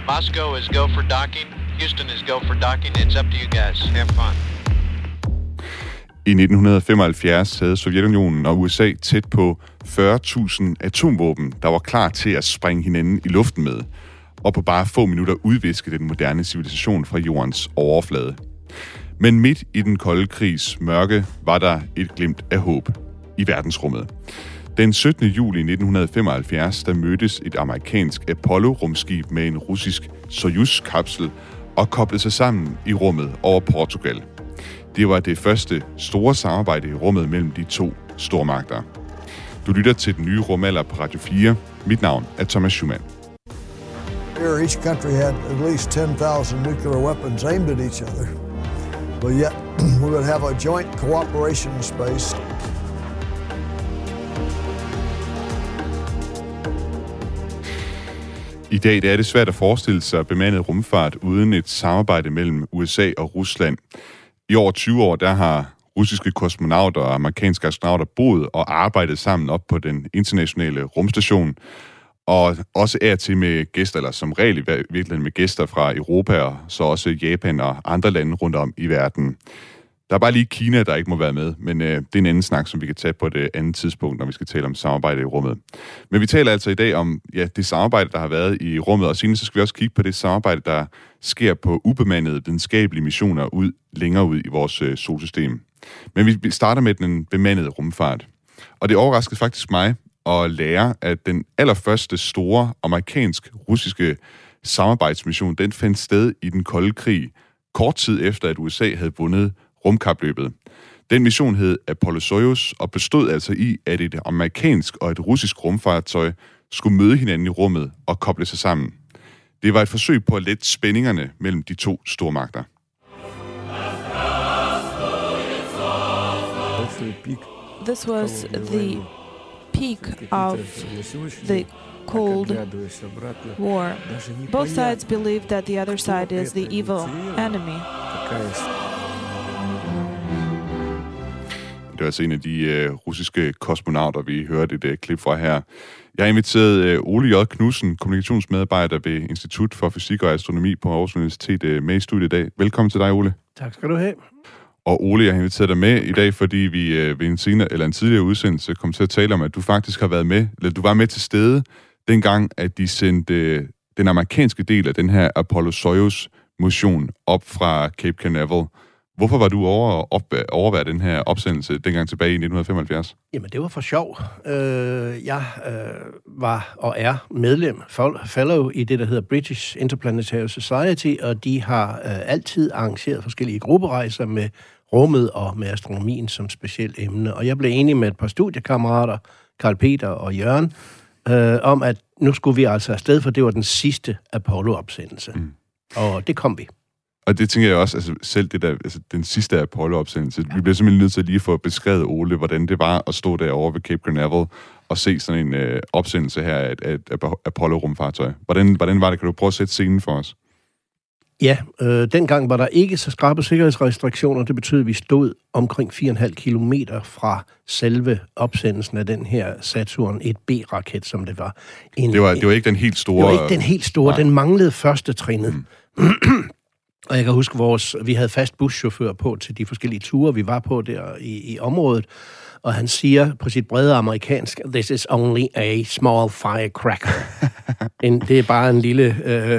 Moscow is go for docking. Houston is go for docking. It's up to you guys. Have fun. I 1975 havde Sovjetunionen og USA tæt på 40.000 atomvåben, der var klar til at sprænge hinanden i luften med, og på bare få minutter udviske den moderne civilisation fra jordens overflade. Men midt i den kolde krigs mørke var der et glimt af håb i verdensrummet. Den 17. juli 1975, der mødtes et amerikansk Apollo-rumskib med en russisk Soyuz-kapsel og koblede sig sammen i rummet over Portugal. Det var det første store samarbejde i rummet mellem de to stormagter. Du lytter til den nye rumalder på Radio 4. Mit navn er Thomas Schumann. Here, each country had at least 10,000 nuclear weapons aimed at each other. But yet, we would have a joint cooperation in space. I dag er det svært at forestille sig bemandet rumfart uden et samarbejde mellem USA og Rusland. I over 20 år, der har russiske kosmonauter og amerikanske astronauter boet og arbejdet sammen op på den internationale rumstation, og også er til med gæster, eller som regel i virkeligheden med gæster fra Europa, og så også Japan og andre lande rundt om i verden. Der er bare lige Kina, der ikke må være med, men det er en anden snak, som vi kan tage på et andet tidspunkt, når vi skal tale om samarbejde i rummet. Men vi taler altså i dag om det samarbejde, der har været i rummet, og senere så skal vi også kigge på det samarbejde, der sker på ubemandede videnskabelige missioner længere ud i vores solsystem. Men vi starter med den bemandede rumfart. Og det overraskede faktisk mig at lære, at den allerførste store amerikansk-russiske samarbejdsmission, den fandt sted i den kolde krig, kort tid efter, at USA havde vundet rumkapløbet. Den mission hed Apollo-Soyuz og bestod altså i, at et amerikansk og et russisk rumfartøj skulle møde hinanden i rummet og koble sig sammen. Det var et forsøg på at lette spændingerne mellem de to stormagter. This was the peak of the Cold War. Both sides believe that the other side is the evil enemy. Det er altså en af de russiske kosmonauter, vi hørte et klip fra her. Jeg har inviteret Ole J. Knudsen, kommunikationsmedarbejder ved Institut for Fysik og Astronomi på Aarhus Universitet, med i studiet i dag. Velkommen til dig, Ole. Tak skal du have. Og Ole, jeg har inviteret dig med i dag, fordi vi ved en tidligere udsendelse kom til at tale om, at du faktisk har været med, eller du var med til stede dengang, at de sendte den amerikanske del af den her Apollo-Soyuz-mission op fra Cape Canaveral. Hvorfor var du overvære den her opsendelse dengang tilbage i 1975? Jamen, det var for sjov. Jeg var og er medlem, fellow i det, der hedder British Interplanetary Society, og de har altid arrangeret forskellige grupperejser med rummet og med astronomien som specielt emne. Og jeg blev enig med et par studiekammerater, Karl Peter og Jørgen, om at nu skulle vi altså afsted, for det var den sidste Apollo-opsendelse. Mm. Og det kom vi. Og det tænker jeg også, altså selv det der, altså den sidste Apollo-opsendelse, vi bliver simpelthen nødt til at lige få beskrevet, Ole, hvordan det var at stå derovre ved Cape Canaveral og se sådan en opsendelse her af et Apollo-rumfartøj. Hvordan var det? Kan du prøve at sætte scenen for os? Ja, dengang var der ikke så skrappe sikkerhedsrestriktioner. Det betød, at vi stod omkring 4,5 kilometer fra selve opsendelsen af den her Saturn 1B-raket, som det var. Det var ikke den helt store... Det var ikke den helt store. Nej. Den manglede første trinet. Mm. Og jeg kan huske, vi havde fast buschauffør på til de forskellige ture, vi var på der i området. Og han siger på sit brede amerikansk, "This is only a small firecracker." Det er bare en lille,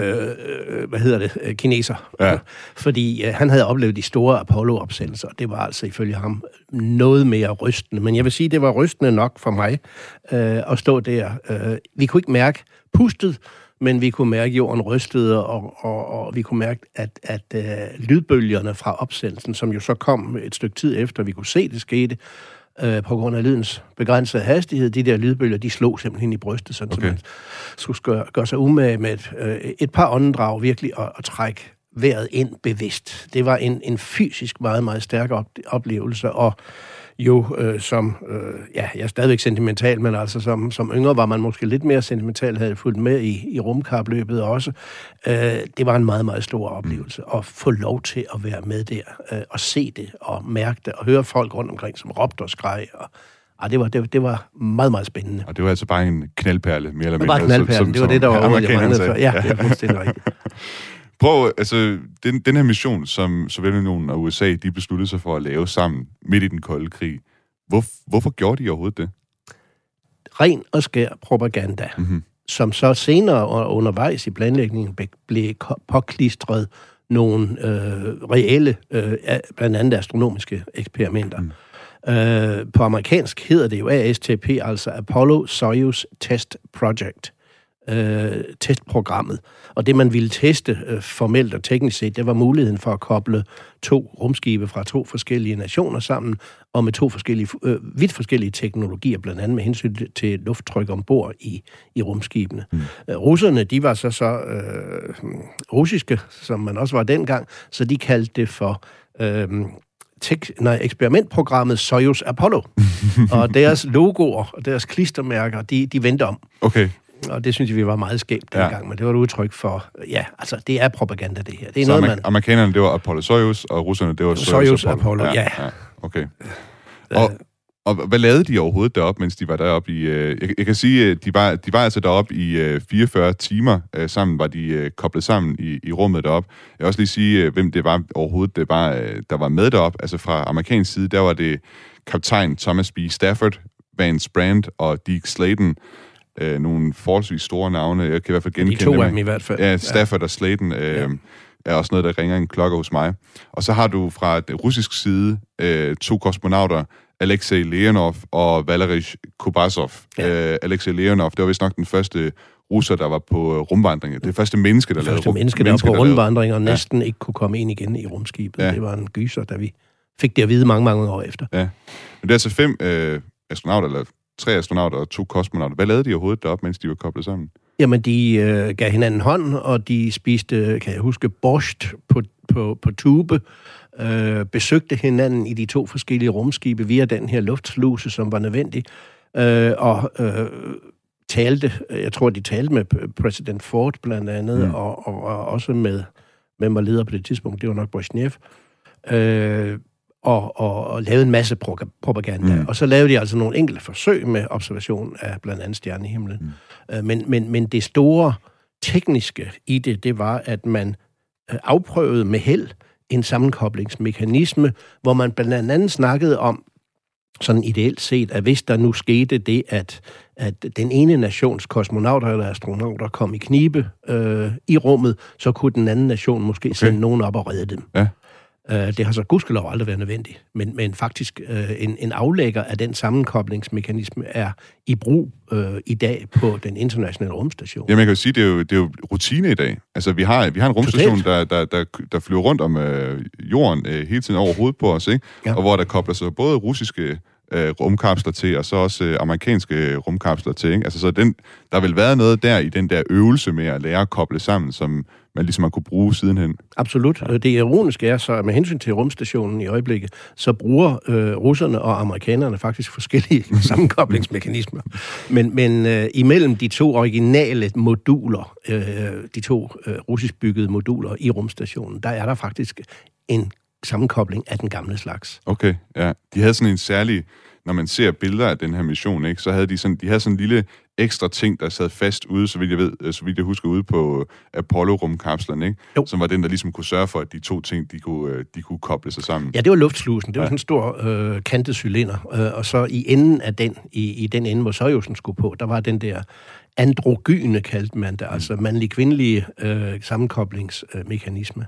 kineser. Ja. Fordi han havde oplevet de store Apollo-opsendelser. Det var altså ifølge ham noget mere rystende. Men jeg vil sige, det var rystende nok for mig at stå der. Vi kunne ikke mærke pustet, men vi kunne mærke, at jorden rystede, og vi kunne mærke, at lydbølgerne fra opsendelsen, som jo så kom et stykke tid efter, vi kunne se, det skete, på grund af lydens begrænsede hastighed, de der lydbølger, de slog simpelthen i brystet, sådan, okay. Så man skulle gøre sig umage med et par åndedrag virkelig at trække vejret ind bevidst. Det var en fysisk meget, meget stærk oplevelse, og jo jeg er stadigvæk sentimental, men altså som yngre var man måske lidt mere sentimental, havde fulgt med i rumkapløbet også. Det var en meget, meget stor oplevelse at få lov til at være med der og se det og mærke det og høre folk rundt omkring, som råbte og skreg Det var meget, meget spændende. Og det var altså bare en knaldperle, mere eller mindre. Det var bare knaldperlen, det var det, der var ordet, jeg manglede før. Ja, det er fuldstændig rigtigt. Prøv, altså, den her mission, som Sovjetunionen og USA, de besluttede sig for at lave sammen midt i den kolde krig. Hvorfor gjorde de overhovedet det? Ren og skær propaganda, som så senere undervejs i planlægningen blev påklistret nogle reelle, blandt andet astronomiske eksperimenter. På amerikansk hedder det jo ASTP, altså Apollo-Soyuz Test Project. Testprogrammet. Og det, man ville teste formelt og teknisk set, det var muligheden for at koble 2 rumskibe fra 2 forskellige nationer sammen, og med 2 vidt forskellige teknologier, blandt andet med hensyn til lufttryk ombord i rumskibene. Russerne, de var så russiske, som man også var dengang, så de kaldte det for eksperimentprogrammet Soyuz Apollo. Og deres logoer og deres klistermærker, de vendte om. Okay. Og det synes vi var meget skæbt dengang, men det var et udtryk for, det er propaganda, det her. Det er så noget, amerikanerne, det var Apollo-Soyuz, og russerne, det var Soyuz Apollo, ja. Okay. Og hvad lavede de overhovedet deroppe, mens de var deroppe i... Jeg kan sige, at de var altså deroppe i 44 timer sammen, var de koblet sammen i rummet deroppe. Jeg vil også lige sige, hvem det var overhovedet, der var med deroppe. Altså fra amerikansk side, der var det kaptajn Thomas B. Stafford, Vance Brand og Deke Slayton. Nogle forholdsvis store navne. Jeg kan i hvert fald genkende de 2 af dem i hvert fald. Ja, Stafford og Slayton er også noget, der ringer en klokke hos mig. Og så har du fra den russiske side 2 kosmonauter, Alexei Leonov og Valery Kubasov. Alexei Leonov, det var vist nok den første russer, der var på rumvandring. Det første menneske, der lavede menneske, der var på rumvandring og næsten ikke kunne komme ind igen i rumskibet. Ja. Det var en gyser, da vi fik det at vide mange år efter. Ja. Men det er altså 5 astronauter, eller 3 astronauter og 2 kosmonauter. Hvad lavede de overhovedet deroppe, mens de var koblet sammen? Jamen, de gav hinanden hånd, og de spiste, kan jeg huske, borscht på tube, besøgte hinanden i de 2 forskellige rumskibe via den her luftsluse, som var nødvendig, og talte, jeg tror, de talte med præsident Ford blandt andet, og også med, hvem var leder på det tidspunkt, det var nok Brezhnev, og lavede en masse propaganda. Og så lavede de altså nogle enkelte forsøg med observation af blandt andet stjernehimlen. Men det store tekniske i det var, at man afprøvede med held en sammenkoblingsmekanisme, hvor man blandt andet snakkede om, sådan ideelt set, at hvis der nu skete det, at den ene nations kosmonauter eller astronauter kom i knibe i rummet, så kunne den anden nation måske sende nogen op og redde dem. Ja. Det har så gudskelov aldrig været nødvendigt, men faktisk en aflægger af den sammenkoblingsmekanisme er i brug i dag på den internationale rumstation. Jamen, jeg kan jo sige, det er jo rutine i dag. Altså, vi har en rumstation, der flyver rundt om jorden hele tiden over hovedet på os, ikke? Ja. Og hvor der kobler sig både russiske rumkapsler til, og så også amerikanske rumkapsler til, ikke? Altså, så der vil være noget der i den der øvelse med at lære at koble sammen, som man ligesom har kunne bruge sidenhen. Absolut. Ja. Det ironiske er så, at med hensyn til rumstationen i øjeblikket, så bruger russerne og amerikanerne faktisk forskellige sammenkoblingsmekanismer. Men imellem de 2 originale moduler, de 2 russisk byggede moduler i rumstationen, der er der faktisk en sammenkobling af den gamle slags. Okay, ja. De havde sådan en særlig, når man ser billeder af den her mission, ikke, så havde de sådan en lille ekstra ting, der sad fast ude, så vidt jeg husker, ude på Apollo-rumkapslerne, ikke? Som var den, der ligesom kunne sørge for, at de 2 ting, de kunne koble sig sammen. Ja, det var luftslusen. Det var sådan en stor kantet cylinder. Og så i enden af den, i den ende, hvor Soyuzen skulle på, der var den der androgyne, kaldte man det, altså mandlig-kvindelige sammenkoblingsmekanisme.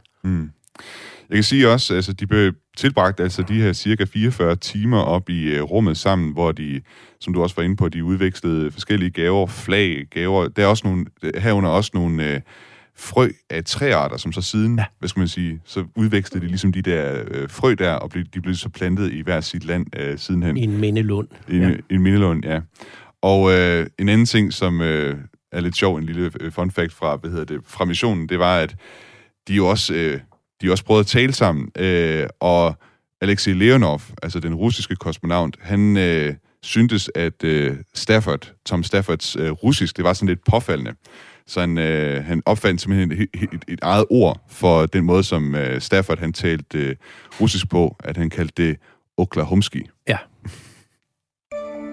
Jeg kan sige også, altså de blev tilbragt altså de her cirka 44 timer op i rummet sammen, hvor de, som du også var inde på, de udvekslede forskellige gaver, flag, gaver. Der er også nogle, herunder også nogle frø af træarter, som så siden, hvad skal man sige, så udvekslede de ligesom de der frø der, og de blev så plantet i hver sit land sidenhen. I en mindelund. I en mindelund, ja. Og en anden ting, som er lidt sjov, en lille fun fact fra missionen, det var, at de jo også prøvede at tale sammen, og Alexei Leonov, altså den russiske kosmonaut, han syntes, at Tom Staffords russisk, det var sådan lidt påfaldende. Så han opfandt simpelthen et eget ord for den måde, som Stafford han talte russisk på, at han kaldte det Oklahomski. Ja.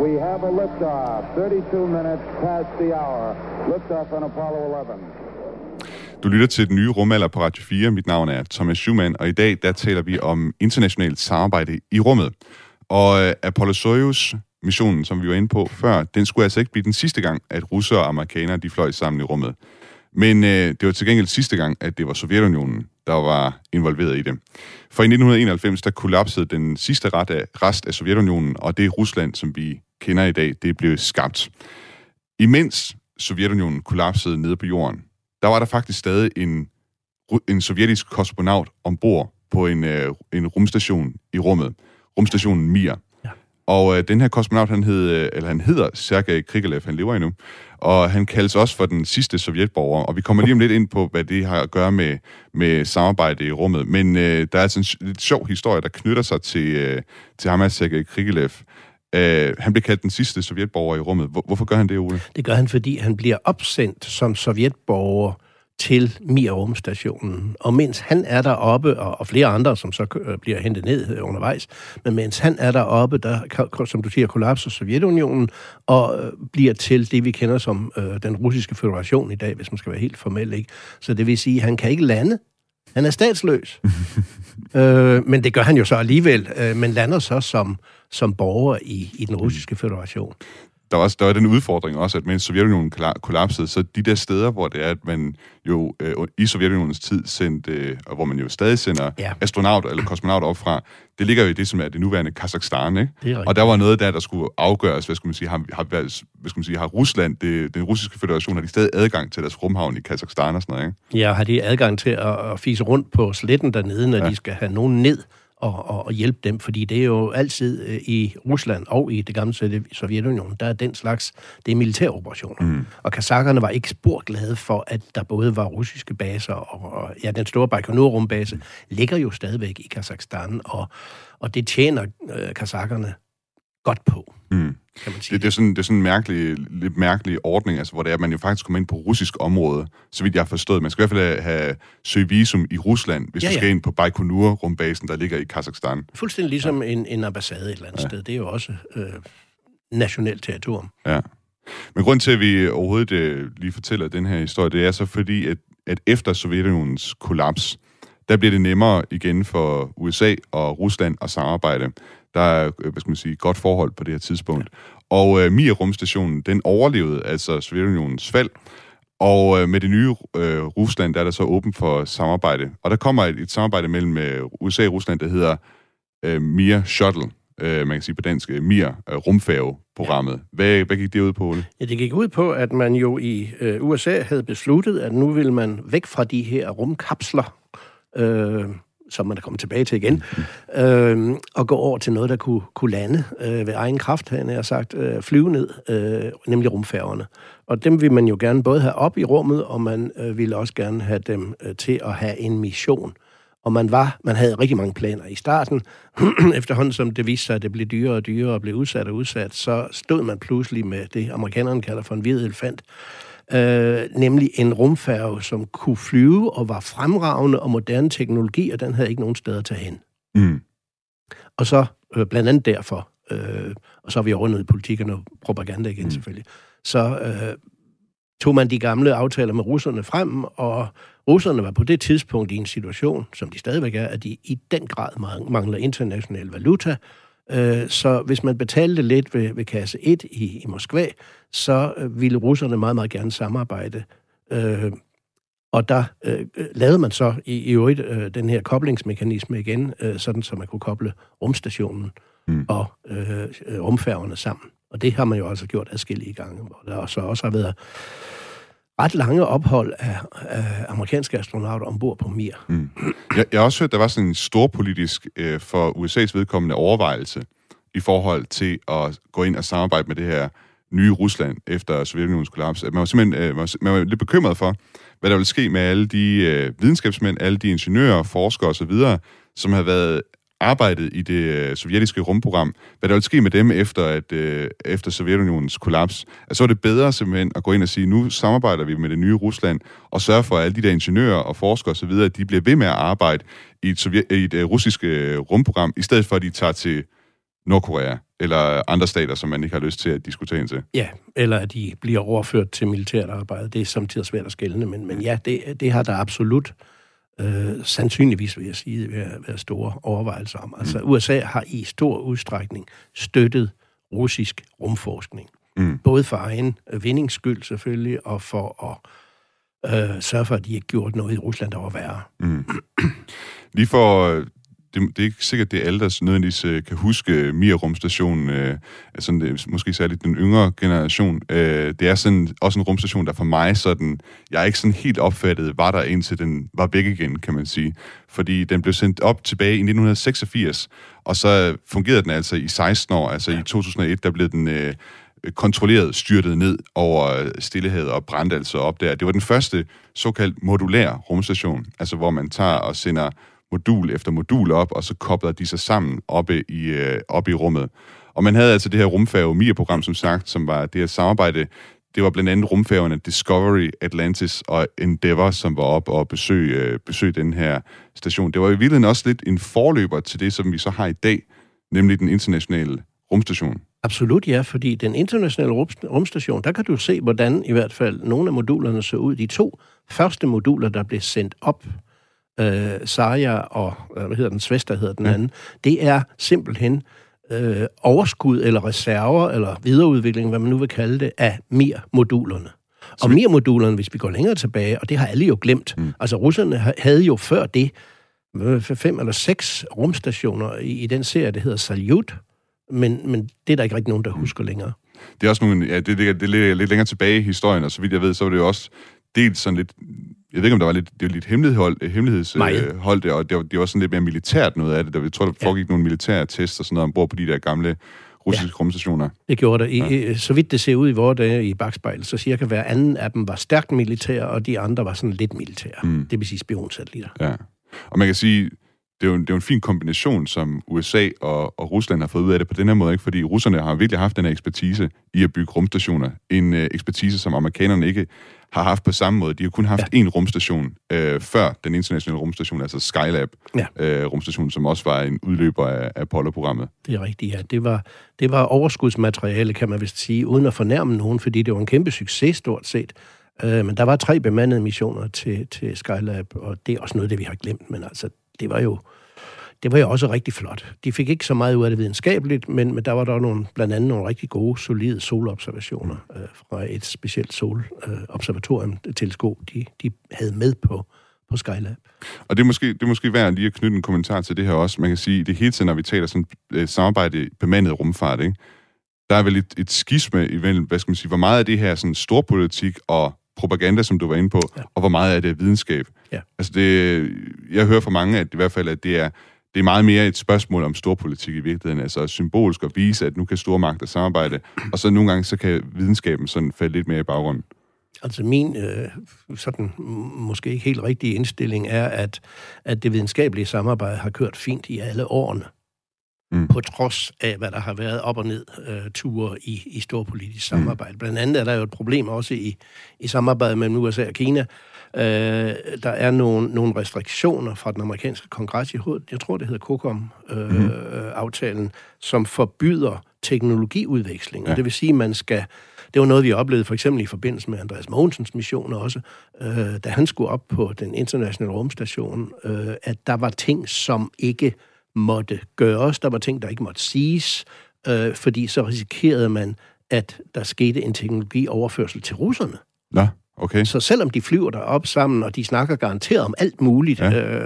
We have a liftoff, 32 minutes past the hour. Liftoff on Apollo 11. Du lytter til den nye rumalder på Radio 4. Mit navn er Thomas Schumann, og i dag der taler vi om internationalt samarbejde i rummet. Og Apollo-Soyuz-missionen, som vi var inde på før, den skulle altså ikke blive den sidste gang, at russere og amerikanere de fløj sammen i rummet. Men det var til gengæld sidste gang, at det var Sovjetunionen, der var involveret i det. For i 1991, der kollapsede den sidste rest af Sovjetunionen, og det Rusland, som vi kender i dag, det blev skabt. Imens Sovjetunionen kollapsede nede på jorden, der var der faktisk stadig en sovjetisk kosmonaut ombord på en rumstation i rummet. Rumstationen Mir. Ja. Og den her kosmonaut, han hedder Sergej Krikalev, han lever endnu. Og han kaldes også for den sidste sovjetborger. Og vi kommer lige om lidt ind på, hvad det har at gøre med samarbejde i rummet. Men der er altså en lidt sjov historie, der knytter sig til ham af Sergej Krikalev. Han blev kaldt den sidste sovjetborger i rummet. Hvorfor gør han det, Ole? Det gør han, fordi han bliver opsendt som sovjetborger til Mir-rumstationen. Og mens han er deroppe, og flere andre, som så bliver hentet ned undervejs, men mens han er deroppe, der, som du siger, kollapser Sovjetunionen, og bliver til det, vi kender som den russiske føderation i dag, hvis man skal være helt formel, ikke? Så det vil sige, at han kan ikke lande. Han er statsløs. Men det gør han jo så alligevel, men lander så som borger i den russiske føderation. Der var den udfordring også, at mens Sovjetunionen kollapsede, så de der steder, hvor det er, at man jo i Sovjetunionens tid sendte, og hvor man jo stadig sender astronauter eller kosmonauter op fra, det ligger jo i det, som er det nuværende Kazakhstan, ikke? Og der var noget der skulle afgøres, har Rusland, den russiske føderation, har de stadig adgang til deres rumhavn i Kazakhstan og sådan noget, ikke? Ja, har de adgang til at fise rundt på sletten dernede, når de skal have nogen ned og hjælpe dem, fordi det er jo altid i Rusland og i det gamle Sovjetunionen, der er den slags, det er militæroperationer. Og kazakkerne var ikke spor glade for, at der både var russiske baser, og den store Baikonur-rumbase ligger jo stadigvæk i Kazakhstan, og det tjener kazakkerne godt på. Kan man sige. Det er sådan en lidt mærkelig ordning, altså, hvor det er, at man jo faktisk kommer ind på russisk område, så vidt jeg har forstået. Man skal i hvert fald have søge visum i Rusland, hvis du skal ind på Baikonur-rumbasen, der ligger i Kazakhstan. Fuldstændig ligesom en ambassade et eller andet sted. Det er jo også nationalt territorium. Ja. Men grund til, at vi overhovedet lige fortæller den her historie, det er så fordi, at efter Sovjetunionens kollaps, der bliver det nemmere igen for USA og Rusland at samarbejde. Der er, godt forhold på det her tidspunkt. Og Mir-rumstationen, den overlevede altså Sovjetunionens fald. Og med det nye Rusland, der er der så åben for samarbejde. Og der kommer et samarbejde mellem USA og Rusland, der hedder Mir Shuttle. Man kan sige på dansk, Mir rumfærgeprogrammet. Hvad gik det ud på, Ole? Ja, det gik ud på, at man jo i USA havde besluttet, at nu vil man væk fra de her rumkapsler, som man er kommet tilbage til igen, og gå over til noget, der kunne lande ved egen kraft, han har sagt, flyve ned, nemlig rumfærgerne. Og dem vil man jo gerne både have op i rummet, og man ville også gerne have dem til at have en mission. Og man havde rigtig mange planer i starten. Efterhånden som det viste sig, at det blev dyrere og dyrere og blev udsat, så stod man pludselig med det, amerikanerne kalder for en hvid elefant, nemlig en rumfærge, som kunne flyve og var fremragende og moderne teknologi, og den havde ikke nogen steder at tage hen. Og så blandt andet derfor, og så er vi rundet i politikken og propaganda igen selvfølgelig, så tog man de gamle aftaler med russerne frem, og russerne var på det tidspunkt i en situation, som de stadigvæk er, at de i den grad mangler international valuta. Så hvis man betalte lidt ved kasse 1 i Moskva, så ville russerne meget, meget gerne samarbejde. Og der lavede man så i øvrigt den her koblingsmekanisme igen, sådan så man kunne koble rumstationen og rumfærgerne sammen. Og det har man jo altså gjort adskillige gange, hvor der så også har været ret lange ophold af amerikanske astronauter ombord på Mir. Jeg har også hørt, der var sådan en storpolitisk for USA's vedkommende overvejelse i forhold til at gå ind og samarbejde med det her nye Rusland efter Sovjetunionens kollaps. Man var simpelthen man var lidt bekymret for, hvad der ville ske med alle de videnskabsmænd, alle de ingeniører, forskere osv., som havde været arbejdet i det sovjetiske rumprogram, hvad der ville ske med dem efter Sovjetunionens kollaps. Altså så er det bedre simpelthen at gå ind og sige, nu samarbejder vi med det nye Rusland, og sørge for, at alle de der ingeniører og forskere osv., de bliver ved med at arbejde i et russisk rumprogram, i stedet for, at de tager til Nordkorea eller andre stater, som man ikke har lyst til at diskutere ind til. Ja, eller at de bliver overført til militært arbejde. Det er samtidig svært at skelne, men ja, det har der absolut sandsynligvis, vil jeg sige, været store overvejelser om. Altså, USA har i stor udstrækning støttet russisk rumforskning. Både for egen vindings skyld selvfølgelig, og for at sørge for, at de ikke gjorde noget i Rusland, der var værre. Lige for... Det er ikke sikkert, det er alle, der nødvendigvis kan huske Mir-rumstationen, altså måske særligt den yngre generation. Det er sådan, også en rumstation, der for mig sådan, jeg er ikke sådan helt opfattet, var der indtil den var væk igen, kan man sige. Fordi den blev sendt op tilbage i 1986, og så fungerede den altså i 16 år. Altså i 2001, der blev den kontrolleret styrtet ned over Stillehavet og brændte altså op der. Det var den første såkaldt modulær rumstation, altså hvor man tager og sender modul efter modul op, og så kobler de sig sammen oppe i rummet. Og man havde altså det her rumfærge Mir-program, som sagt, som var det her samarbejde. Det var blandt andet rumfærgerne Discovery, Atlantis og Endeavour, som var oppe og besøge den her station. Det var i virkeligheden også lidt en forløber til det, som vi så har i dag, nemlig den internationale rumstation. Absolut, ja, fordi den internationale rumstation, der kan du se, hvordan i hvert fald nogle af modulerne så ud. De 2 første moduler, der blev sendt op, Zarya og, Svesta hedder den anden, det er simpelthen overskud eller reserver, eller videreudvikling, hvad man nu vil kalde det, af Mir-modulerne. Og Mir-modulerne, hvis vi går længere tilbage, og det har alle jo glemt, altså russerne havde jo før det 5 eller 6 rumstationer i den serie, det hedder Salyut, men det er der ikke rigtig nogen, der husker længere. Det er også nogle, ja, det ligger lidt længere tilbage i historien, og så vidt jeg ved, så var det jo også delt sådan lidt, jeg ved ikke, om der var lidt hemmelighedsholdt, og det var sådan lidt mere militært noget af det. Jeg tror, der foregik nogle militære tests og sådan noget ombord på de der gamle russiske rumstationer. Det gjorde det. Så vidt det ser ud i vores dage i bagspejlet, så cirka hver anden af dem var stærkt militære, og de andre var sådan lidt militære. Det vil sige spionsatellitter. Ja. Og man kan sige, det er jo en fin kombination, som USA og Rusland har fået ud af det på den her måde, ikke? Fordi russerne har virkelig haft den her ekspertise i at bygge rumstationer. En ekspertise, som amerikanerne ikke har haft på samme måde. De har kun haft én rumstation før den internationale rumstation, altså Skylab rumstationen, som også var en udløber af Apollo-programmet. Det er rigtigt, ja. Det var overskudsmateriale, kan man vist sige, uden at fornærme nogen, fordi det var en kæmpe succes stort set. Men der var 3 bemandede missioner til Skylab, og det er også noget, det vi har glemt, men altså, det var jo også rigtig flot. De fik ikke så meget ud af det videnskabeligt, men der var der blandt andet nogle rigtig gode, solide solobservationer fra et specielt solobservatorium-teleskop, de havde med på Skylab. Og det er måske værd lige at knytte en kommentar til det her også. Man kan sige, det hele tiden, når vi taler sådan et samarbejde bemandet rumfart, ikke? Der er vel et skisme imellem, hvad skal man sige, hvor meget af det her sådan storpolitik og propaganda, som du var inde på, og hvor meget af det er videnskab. Ja. Altså jeg hører fra mange, at i hvert fald, at det er meget mere et spørgsmål om storpolitik i virkeligheden, altså symbolsk at vise, at nu kan stormagter samarbejde, og så nogle gange, så kan videnskaben sådan falde lidt mere i baggrunden. Altså min sådan måske ikke helt rigtige indstilling er, at det videnskabelige samarbejde har kørt fint i alle årene. På trods af, hvad der har været op- og ned ture i storpolitisk samarbejde. Blandt andet er der jo et problem også i samarbejdet mellem USA og Kina. Der er nogle restriktioner fra den amerikanske kongres, jeg tror det hedder COCOM-aftalen, som forbyder teknologiudveksling. Og det vil sige, man skal... Det var noget, vi oplevede for eksempel i forbindelse med Andreas Mogensens missioner også, da han skulle op på den internationale rumstation, at der var ting, som ikke måtte gøres, der var ting, der ikke måtte siges, fordi så risikerede man, at der skete en teknologioverførsel til russerne. Ja, okay. Så selvom de flyver derop sammen, og de snakker garanteret om alt muligt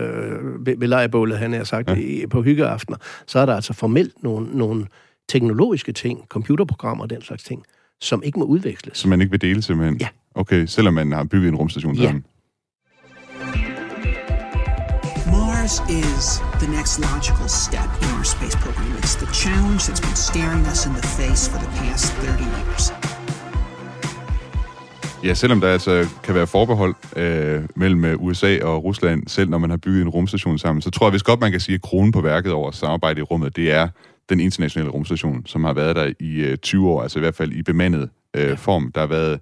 ved lejrebålet, han har sagt, på hyggeaftener, så er der altså formelt nogle teknologiske ting, computerprogrammer og den slags ting, som ikke må udveksles. Som man ikke vil dele simpelthen? Ja. Okay, selvom man har bygget en rumstation sammen? Mars is the next logical step in our space program. It's the challenge that's been staring us in the face for the past 30 years. Ja, selvom der altså kan være forbehold mellem USA og Rusland, selv når man har bygget en rumstation sammen, så tror jeg vist godt, man kan sige, at kronen på værket over samarbejde i rummet, det er den internationale rumstation, som har været der i 20 år, altså i hvert fald i bemandet form. Der har været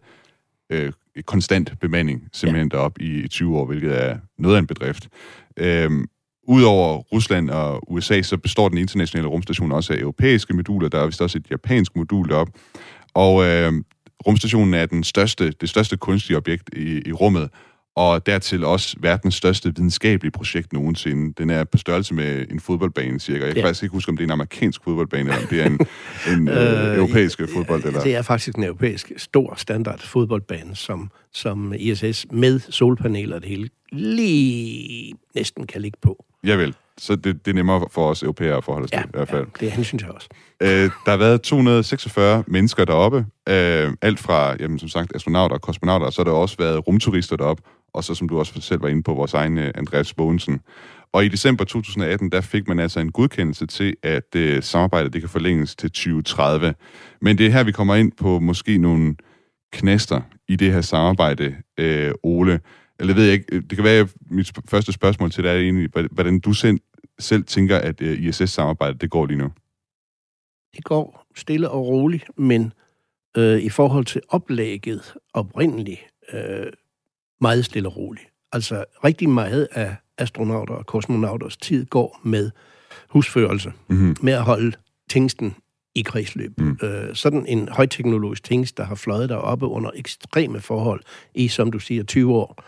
konstant bemanding simpelthen deroppe i 20 år, hvilket er noget af en bedrift. Udover Rusland og USA, så består den internationale rumstation også af europæiske moduler. Der er vist også et japansk modul deroppe. Og rumstationen er det største kunstige objekt i rummet, og dertil også verdens største videnskabelige projekt nogensinde. Den er på størrelse med en fodboldbane, cirka. Jeg kan faktisk ikke huske, om det er en amerikansk fodboldbane, eller om det er en europæisk fodbold. Eller... Det er faktisk en europæisk stor standard fodboldbane, som ISS med solpaneler det hele lige næsten kan ligge på. Javel, så det er nemmere for os europæere at forholde sig til, i hvert fald. Ja, det synes jeg også. Der har været 246 mennesker deroppe, alt fra, som sagt, astronauter og kosmonauter, og så har der også været rumturister deroppe, og så, som du også selv var inde på, vores egen Andreas Bogensen. Og i december 2018, der fik man altså en godkendelse til, at samarbejdet det kan forlænges til 2030. Men det er her, vi kommer ind på måske nogle knaster i det her samarbejde, Ole. Eller ved jeg ikke, det kan være, at mit første spørgsmål til dig er egentlig, hvordan du selv tænker, at ISS-samarbejdet det går lige nu? Det går stille og roligt, men i forhold til oplægget oprindeligt, meget stille og roligt. Altså rigtig meget af astronauter og kosmonauters tid går med husførelse, med at holde tingsten i kredsløb. Sådan en højteknologisk tingest, der har fløjet deroppe under ekstreme forhold i, som du siger, 20 år.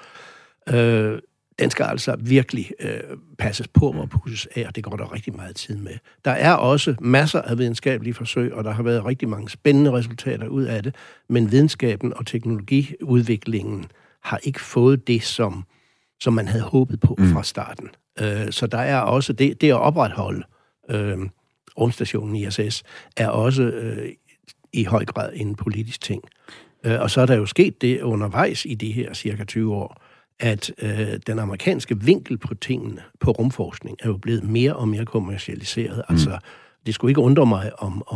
Den skal altså virkelig passes på og pusses af, og det går der rigtig meget tid med. Der er også masser af videnskabelige forsøg, og der har været rigtig mange spændende resultater ud af det, men videnskaben og teknologiudviklingen har ikke fået det, som man havde håbet på fra starten. Så der er også det at opretholde rumstationen ISS, er også i høj grad en politisk ting. Og så er der jo sket det undervejs i de her cirka 20 år, at den amerikanske vinkel på tingene, på rumforskning, er jo blevet mere og mere kommercialiseret. Altså, det skulle ikke undre mig,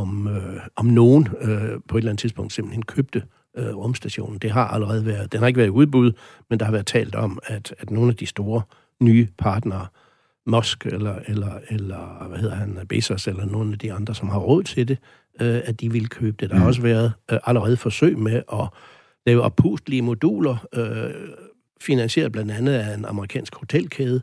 om nogen på et eller andet tidspunkt simpelthen købte rumstationen. Det har allerede været, den har ikke været i udbud, men der har været talt om, at nogle af de store nye partnere, Musk eller hvad hedder han, Bezos, eller nogle af de andre, som har råd til det, at de vil købe det. Der har også været allerede forsøg med at lave oppustelige moduler, finansieret blandt andet af en amerikansk hotelkæde,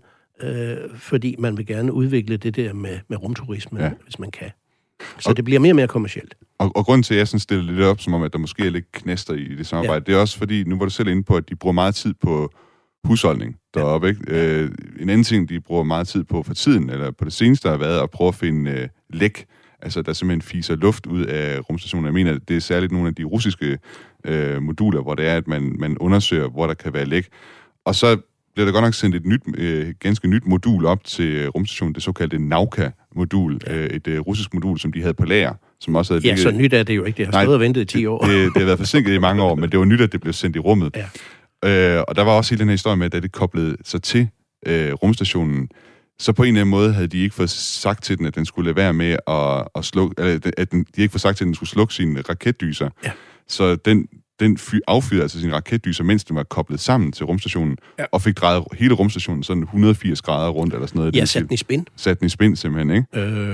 fordi man vil gerne udvikle det der med rumturisme, hvis man kan. Så det bliver mere og mere kommercielt. Og grunden til, at jeg sådan stiller lidt op, som om, at der måske er lidt knaster i det samarbejde, det er også fordi, nu var du selv inde på, at de bruger meget tid på husholdning deroppe, ikke? En anden ting, de bruger meget tid på for tiden, eller på det seneste, har været at prøve at finde læk. Altså, der simpelthen fiser luft ud af rumstationen. Jeg mener, det er særligt nogle af de russiske moduler, hvor det er, at man undersøger, hvor der kan være læk. Og så bliver der godt nok sendt et ganske nyt modul op til rumstationen, det såkaldte Nauka-modul, et russisk modul, som de havde på lager, som også havde ligget... så nyt er det jo ikke. Det har stået og ventet i 10 år. Det har været forsinket i mange år, men det var nyt, at det blev sendt i rummet. Ja. Og der var også hele den her historie med, at da det koblede sig til rumstationen, så på en eller anden måde havde de ikke fået sagt til den, at den skulle lade være med at slukke... At de ikke fået sagt til, at den skulle slukke sine raketdyser. Ja. Så den affyrede altså sine raketdyser, mens den var koblet sammen til rumstationen, og fik drejet hele rumstationen sådan 180 grader rundt, eller sådan noget. Ja, sat den i spin. Sat den i spin, simpelthen, ikke?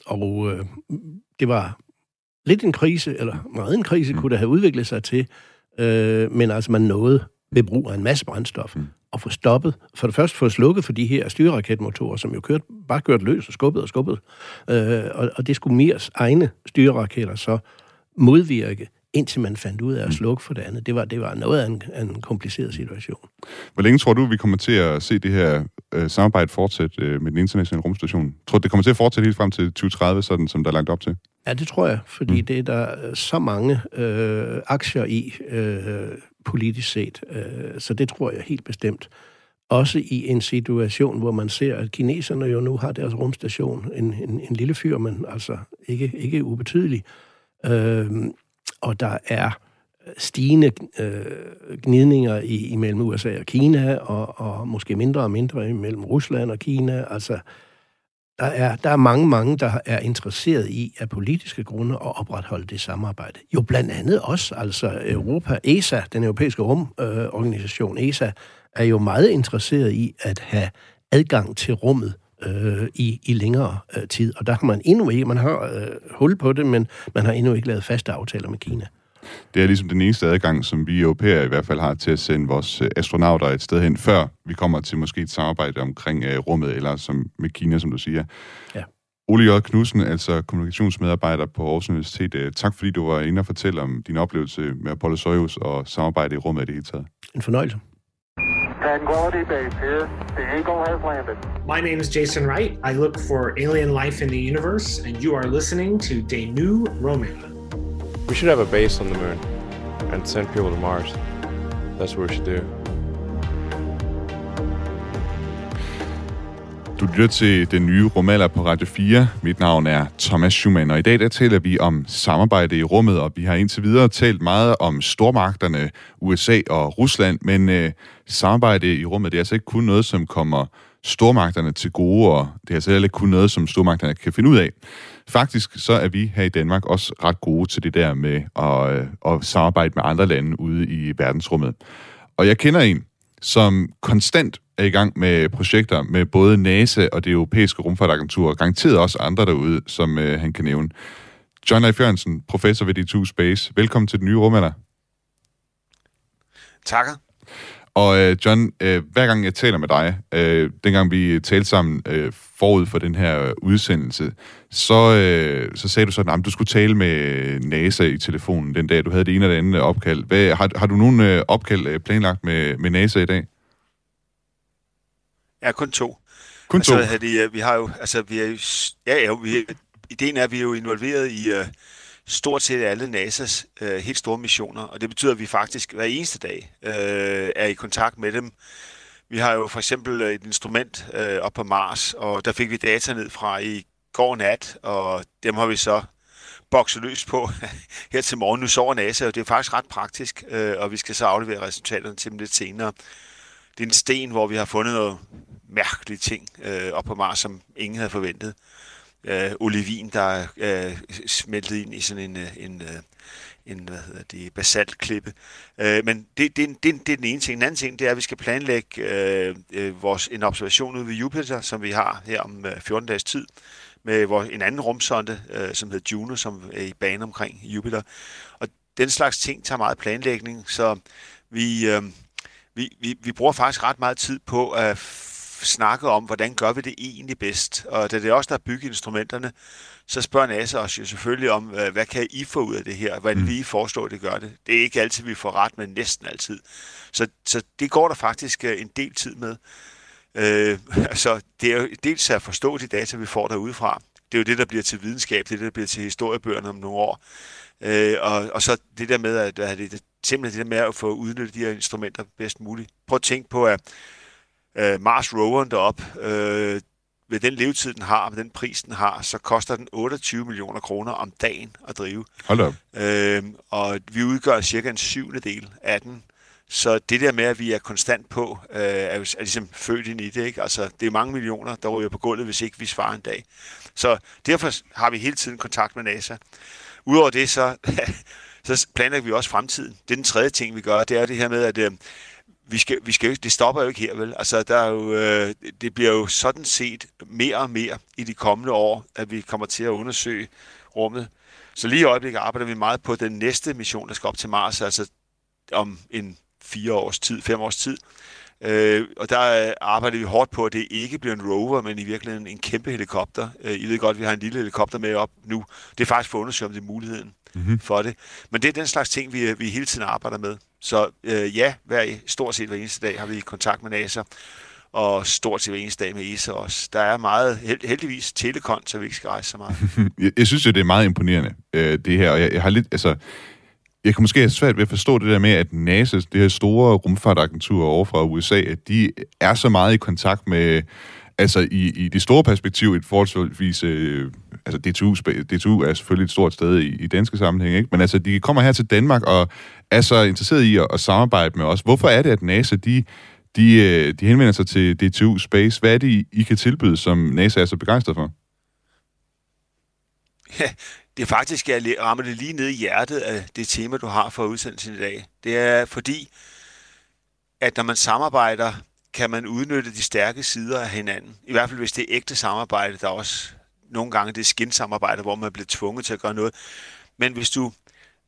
Det var lidt en krise, eller meget en krise, kunne der have udviklet sig til, men altså man nåede ved brug af en masse brændstof, og få stoppet, for det første få slukket for de her styreraketmotorer, som jo bare kørte løs og skubbede, og det skulle Mirs egne styreraketter så modvirke, indtil man fandt ud af at slukke for det andet. Det var noget af en kompliceret situation. Hvor længe tror du, vi kommer til at se det her samarbejde fortsætte med den internationale rumstation? Tror du, det kommer til at fortsætte helt frem til 2030, sådan som der er lagt op til? Ja, det tror jeg, fordi det er der så mange aktier i politisk set, så det tror jeg helt bestemt. Også i en situation, hvor man ser, at kineserne jo nu har deres rumstation, en lille fyr, men altså ikke ubetydelig. Og der er stigende gnidninger imellem USA og Kina, og måske mindre og mindre imellem Rusland og Kina. Altså, der er mange, der er interesseret i af politiske grunde at opretholde det samarbejde. Jo, blandt andet også, altså Europa, ESA, den europæiske rumorganisation ESA, er jo meget interesseret i at have adgang til rummet i længere tid. Og der har man endnu ikke, man har hul på det, men man har endnu ikke lavet faste aftaler med Kina. Det er ligesom den eneste adgang, som vi europæere i hvert fald har til at sende vores astronauter et sted hen, før vi kommer til måske et samarbejde omkring rummet, eller som med Kina, som du siger. Ja. Ole J. Knudsen, altså kommunikationsmedarbejder på Aarhus Universitet. Tak fordi du var inde og fortælle om din oplevelse med Apollo-Soyuz og samarbejde i rummet i det hele taget. En fornøjelse. Tranquility Base here. The Eagle has landed. My name is Jason Wright. I look for alien life in the universe, and you are listening to Denu Romana. We should have a base on the moon and send people to Mars. That's what we should do. Du lytter til den nye Romaler på Radio 4. Mit navn er Thomas Schumann, og i dag der taler vi om samarbejde i rummet, og vi har indtil videre talt meget om stormagterne, USA og Rusland, men samarbejde i rummet, det er altså ikke kun noget, som kommer stormagterne til gode, og det er altså heller ikke kun noget, som stormagterne kan finde ud af. Faktisk så er vi her i Danmark også ret gode til det der med at samarbejde med andre lande ude i verdensrummet. Og jeg kender en, som konstant er i gang med projekter med både NASA og det europæiske rumfartagentur, og garanteret også andre derude, som han kan nævne. John Leif Jørgensen, professor ved D2 Space. Velkommen til den nye rumalder. Takker. Og John, hver gang jeg taler med dig, dengang vi talte sammen forud for den her udsendelse, så sagde du sådan, at du skulle tale med NASA i telefonen den dag, du havde det ene eller andet opkald. Har du nogen opkald planlagt med NASA i dag? Ja, kun to. Kun to? Vi har jo, ideen er, at vi er jo involveret i stort set alle NASA's helt store missioner, og det betyder, at vi faktisk hver eneste dag er i kontakt med dem. Vi har jo for eksempel et instrument op på Mars, og der fik vi data ned fra i går nat, og dem har vi så bokset løs på her til morgen. Nu sover NASA, og det er faktisk ret praktisk, og vi skal så aflevere resultaterne til dem lidt senere. Det er en sten, hvor vi har fundet noget mærkelige ting op på Mars, som ingen havde forventet. Olivin, der er smeltet ind i sådan en basaltklippe. Men det er den ene ting. Den anden ting, det er, at vi skal planlægge en observation ude ved Jupiter, som vi har her om 14 dages tid, med en anden rumsonde, som hedder Juno, som er i bane omkring Jupiter. Og den slags ting tager meget planlægning, så vi bruger faktisk ret meget tid på at snakke om, hvordan gør vi det egentlig bedst. Og da det er os, der har bygget instrumenterne, så spørger NASA os jo selvfølgelig om, hvad kan I få ud af det her? Hvordan vil I foreslå, at det gør det? Det er ikke altid, vi får ret, men næsten altid. Så det går der faktisk en del tid med. Altså, det er jo dels at forstå de data, vi får derudefra. Det er jo det, der bliver til videnskab, det der bliver til historiebøgerne om nogle år. Og så det der med, at simpelthen det der med at få udnyttet de her instrumenter bedst muligt. Prøv at tænke på, at Mars roveren deroppe, ved den levetid, den har, med den pris, den har, så koster den 28 millioner kroner om dagen at drive. Hold op. Og vi udgør cirka en 7/del af den. Så det der med, at vi er konstant på, er ligesom født ind i det, ikke? Altså, det er mange millioner, der ryger på gulvet, hvis ikke vi svarer en dag. Så derfor har vi hele tiden kontakt med NASA. Udover det, så planlægger vi også fremtiden. Det er den tredje ting, vi gør. Det er det her med, at vi skal jo, det stopper jo ikke her, vel? Altså, det bliver jo sådan set mere og mere i de kommende år, at vi kommer til at undersøge rummet. Så lige i øjeblikket arbejder vi meget på den næste mission, der skal op til Mars, altså om en 5 års tid. Og der arbejder vi hårdt på, at det ikke bliver en rover, men i virkeligheden en kæmpe helikopter. I ved godt, at vi har en lille helikopter med op nu. Det er faktisk for at undersøge, om det er muligheden for det. Men det er den slags ting, vi hele tiden arbejder med. Så stort set hver eneste dag har vi kontakt med NASA, og stort set hver eneste dag med ESA også. Der er meget, heldigvis, telekon, så vi ikke skal rejse så meget. Jeg synes jo, det er meget imponerende, det her, og jeg har lidt, altså, jeg kan måske have svært ved at forstå det der med, at NASA, det her store rumfartagentur over fra USA, at de er så meget i kontakt med, altså i det store perspektiv, et forholdsvis, altså D2 er selvfølgelig et stort sted i danske sammenhæng, ikke? Men altså, de kommer her til Danmark og er så interesseret i at samarbejde med os. Hvorfor er det, at NASA, de henvender sig til D2 Space? Hvad er det, I kan tilbyde, som NASA er så begejstret for? Ja, det er faktisk, jeg rammer det lige ned i hjertet af det tema, du har for udsendelsen i dag. Det er fordi, at når man samarbejder, kan man udnytte de stærke sider af hinanden. I hvert fald, hvis det er ægte samarbejde. Der er også nogle gange det skinsamarbejde, hvor man bliver tvunget til at gøre noget. Men hvis du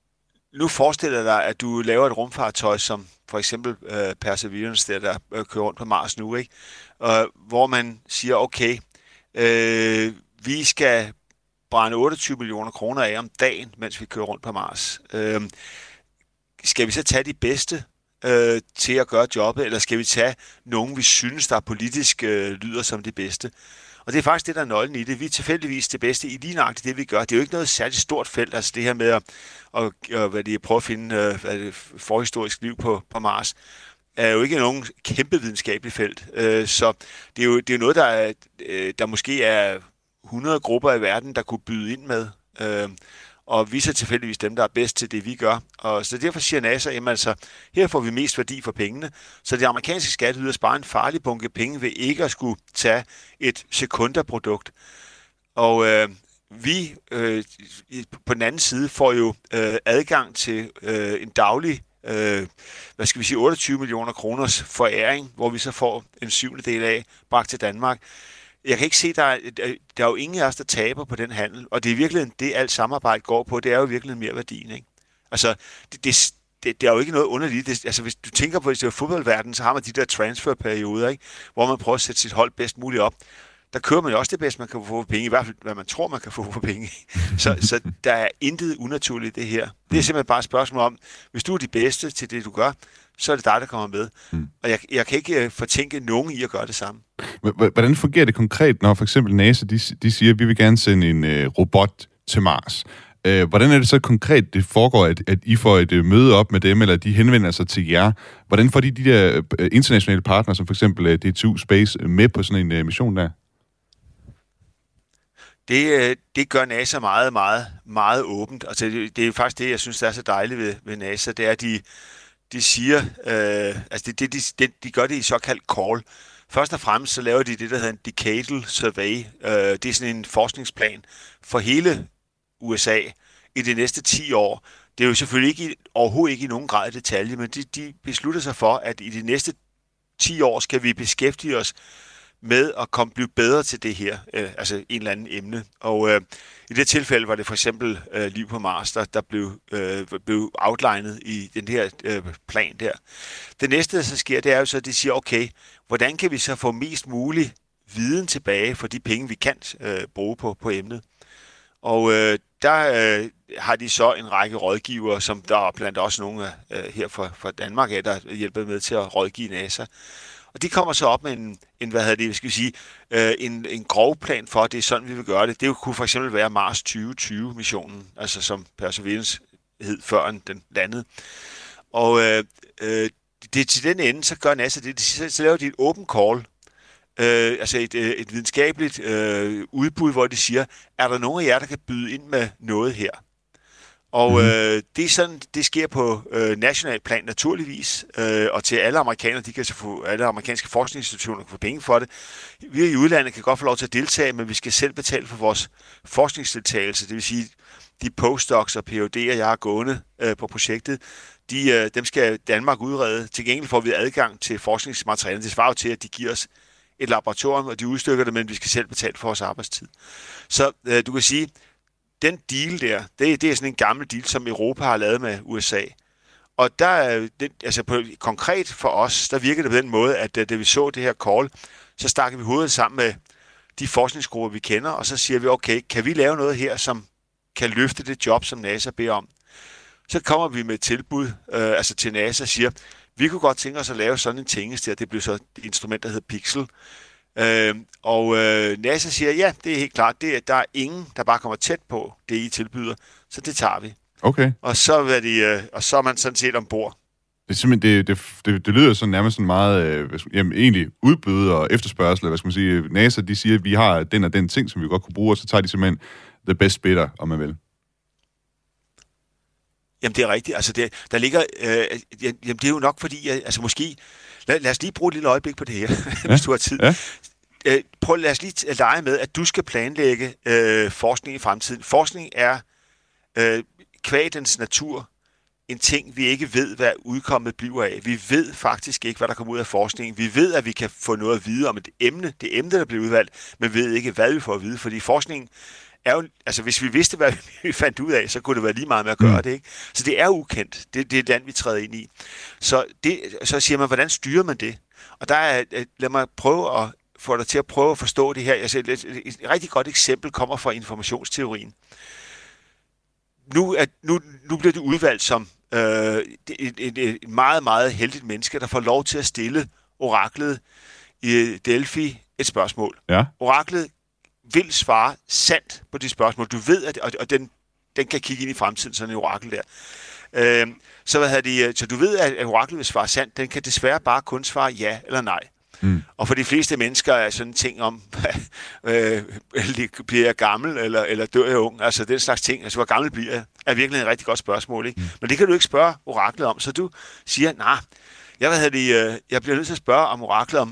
nu forestiller dig, at du laver et rumfartøj, som for eksempel Perseverance, der kører rundt på Mars nu, ikke? Hvor man siger, okay, vi skal brænde 28 millioner kroner af om dagen, mens vi kører rundt på Mars. Skal vi så tage de bedste til at gøre jobbet, eller skal vi tage nogen, vi synes, der politisk lyder som det bedste? Og det er faktisk det, der er nøglen i det. Vi er tilfældigvis det bedste i lige nøjagtigt det, vi gør. Det er jo ikke noget særligt stort felt, altså det her med at prøve at finde forhistorisk liv på Mars, er jo ikke nogen kæmpe videnskabeligt felt. Så det er jo noget, der måske er 100 grupper i verden, der kunne byde ind med. Og vi er så tilfældigvis dem, der er bedst til det, vi gør. Og så derfor siger NASA, jamen altså, her får vi mest værdi for pengene. Så det amerikanske skatteydere sparer en farlig bunke penge ved ikke at skulle tage et sekunderprodukt. Og vi på den anden side får jo adgang til en daglig 28 millioner kroners foræring, hvor vi så får en 7/del af bragt til Danmark. Jeg kan ikke se, der er jo ingen af os, der taber på den handel, og det er virkelig det, alt samarbejde går på, det er jo virkelig mere værdien, ikke? Altså, det er jo ikke noget underligt. Altså, hvis du tænker på, hvis det er fodboldverdenen, så har man de der transferperioder, ikke? Hvor man prøver at sætte sit hold bedst muligt op. Der kører man jo også det bedste, man kan få for penge, i hvert fald, hvad man tror, man kan få for penge. Så der er intet unaturligt i det her. Det er simpelthen bare et spørgsmål om, hvis du er de bedste til det, du gør, så er det dig, der kommer med. Og jeg kan ikke fortænke nogen i at gøre det samme. Hvordan fungerer det konkret, når for eksempel NASA de siger, at vi vil gerne sende en robot til Mars? Hvordan er det så konkret, det foregår, at I får et møde op med dem, eller de henvender sig til jer? Hvordan får de der internationale partnere, som for eksempel DTU Space, med på sådan en mission der? Det gør NASA meget, meget, meget åbent. Altså, det er faktisk det, jeg synes, der er så dejligt ved NASA, det er, at de siger, de gør det i såkaldt call. Først og fremmest så laver de det, der hedder en decadal survey. Det er sådan en forskningsplan for hele USA i de næste 10 år. Det er jo selvfølgelig overhovedet ikke i nogen grad i detalje, men de beslutter sig for, at i de næste 10 år skal vi beskæftige os med at blive bedre til det her, altså en eller anden emne. Og i det tilfælde var det for eksempel liv på Mars, der blev outlinet i den her plan der. Det næste, der så sker, det er jo så, at de siger, okay, hvordan kan vi så få mest mulig viden tilbage for de penge, vi kan bruge på emnet? Og der har de så en række rådgivere, som der er blandt også nogle her fra Danmark, der hjælper med til at rådgive NASA. Og de kommer så op med en grov plan for, at det er sådan, vi vil gøre det. Det kunne for eksempel være Mars 2020-missionen, altså som Perseverance hed før den landede. Og det til den ende, så gør NASA det. Så laver de et open call, altså et videnskabeligt udbud, hvor de siger, er der nogen af jer, der kan byde ind med noget her? Og det er sådan, det sker på national plan naturligvis, og til alle amerikanere, de kan så få, alle amerikanske forskningsinstitutioner kan få penge for det. Vi i udlandet kan godt få lov til at deltage, men vi skal selv betale for vores forskningsdeltagelse, det vil sige, de postdocs og PhD'er, jeg har gående på projektet, dem skal Danmark udrede. Til gengæld får vi adgang til forskningsmateriale. Det svarer jo til, at de giver os et laboratorium, og de udstykker det, men vi skal selv betale for vores arbejdstid. Så du kan sige, den deal der, det er sådan en gammel deal, som Europa har lavet med USA. Og der, konkret for os, der virker det på den måde, at da vi så det her call, så stakker vi hovedet sammen med de forskningsgrupper, vi kender, og så siger vi, okay, kan vi lave noget her, som kan løfte det job, som NASA beder om? Så kommer vi med et tilbud, til NASA og siger, vi kunne godt tænke os at lave sådan en tingest, det blev så et instrument, der hedder Pixel. NASA siger, ja, det er helt klart, der er ingen, der bare kommer tæt på det, I tilbyder, så det tager vi. Okay. Og så er man sådan set ombord. Det er simpelthen, det lyder sådan nærmest sådan meget, egentlig udbud og efterspørgsel, hvad skal man sige. NASA, de siger, at vi har den og den ting, som vi godt kunne bruge, og så tager de simpelthen the best bidder, om man vil. Jamen, det er rigtigt. Altså, der ligger... det er jo nok, fordi... måske... Lad os lige bruge et lille øjeblik på det her, hvis du har tid. Ja. Lad os lige lege med, at du skal planlægge forskning i fremtiden. Forskning er, qua dens natur, en ting, vi ikke ved, hvad udkommet bliver af. Vi ved faktisk ikke, hvad der kommer ud af forskningen. Vi ved, at vi kan få noget at vide om det emne, der bliver udvalgt, men ved ikke, hvad vi får at vide, fordi forskningen er jo, altså hvis vi vidste, hvad vi fandt ud af, så kunne det være lige meget med at gøre det, ikke? Så det er ukendt. Det er den, vi træder ind i. Så siger man, hvordan styrer man det? Og der er, lad mig prøve at få dig til at prøve at forstå det her. Et rigtig godt eksempel kommer fra informationsteorien. Nu bliver du udvalgt som et meget, meget heldigt menneske, der får lov til at stille oraklet i Delphi et spørgsmål. Ja. Oraklet vil svare sandt på de spørgsmål. Du ved, at den kan kigge ind i fremtiden, sådan en orakel der. Så du ved, at oraklet vil svare sandt. Den kan desværre bare kun svare ja eller nej. Og for de fleste mennesker er sådan ting om, bliver jeg gammel, eller dør jeg ung? Altså den slags ting. Altså hvor gammel bliver jeg? Er virkelig et rigtig godt spørgsmål, ikke? Men det kan du ikke spørge oraklet om. Så du siger, jeg bliver nødt til at spørge om oraklet,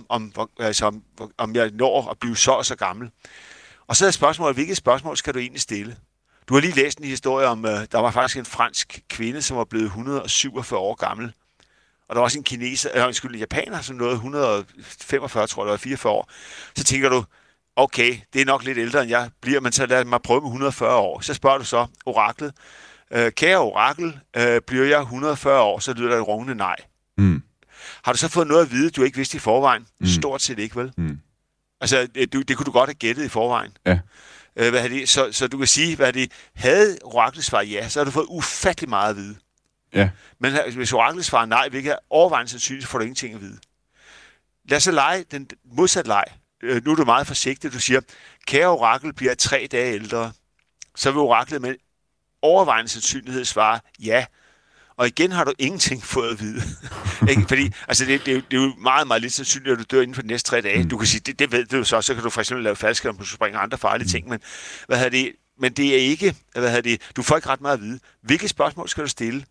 om jeg når at blive så gammel. Og så er spørgsmålet, hvilket spørgsmål skal du egentlig stille? Du har lige læst en historie om, der var faktisk en fransk kvinde, som var blevet 147 år gammel. Og der var også en japaner, som nåede 145, tror jeg, eller 44 år. Så tænker du, okay, det er nok lidt ældre, end jeg bliver, men så lad mig prøve med 140 år. Så spørger du så oraklet, kære orakel, bliver jeg 140 år, så lyder der et rungende nej. Har du så fået noget at vide, du ikke vidste i forvejen? Stort set ikke, vel? Altså, det kunne du godt have gættet i forvejen. Ja. Så du kan sige, havde oraklet svaret ja, så har du fået ufattelig meget at vide. Ja. Men hvis oraklet svarer nej, hvilket er overvejende sandsynligt, får du ingenting at vide. Lad os så lege den modsatte leg. Nu er du meget forsigtig. Du siger, kære orakel bliver 3 dage ældre. Så vil oraklet med overvejende sandsynlighed svare ja. Og igen har du ingenting fået at vide. Fordi altså det er jo meget, meget lidt sandsynligt, at du dør inden for de næste 3 dage. Du kan sige, det ved du så kan du for eksempel lave faldskærm, du springer andre farlige ting. Men det er ikke, du får ikke ret meget at vide. Hvilke spørgsmål skal du stille?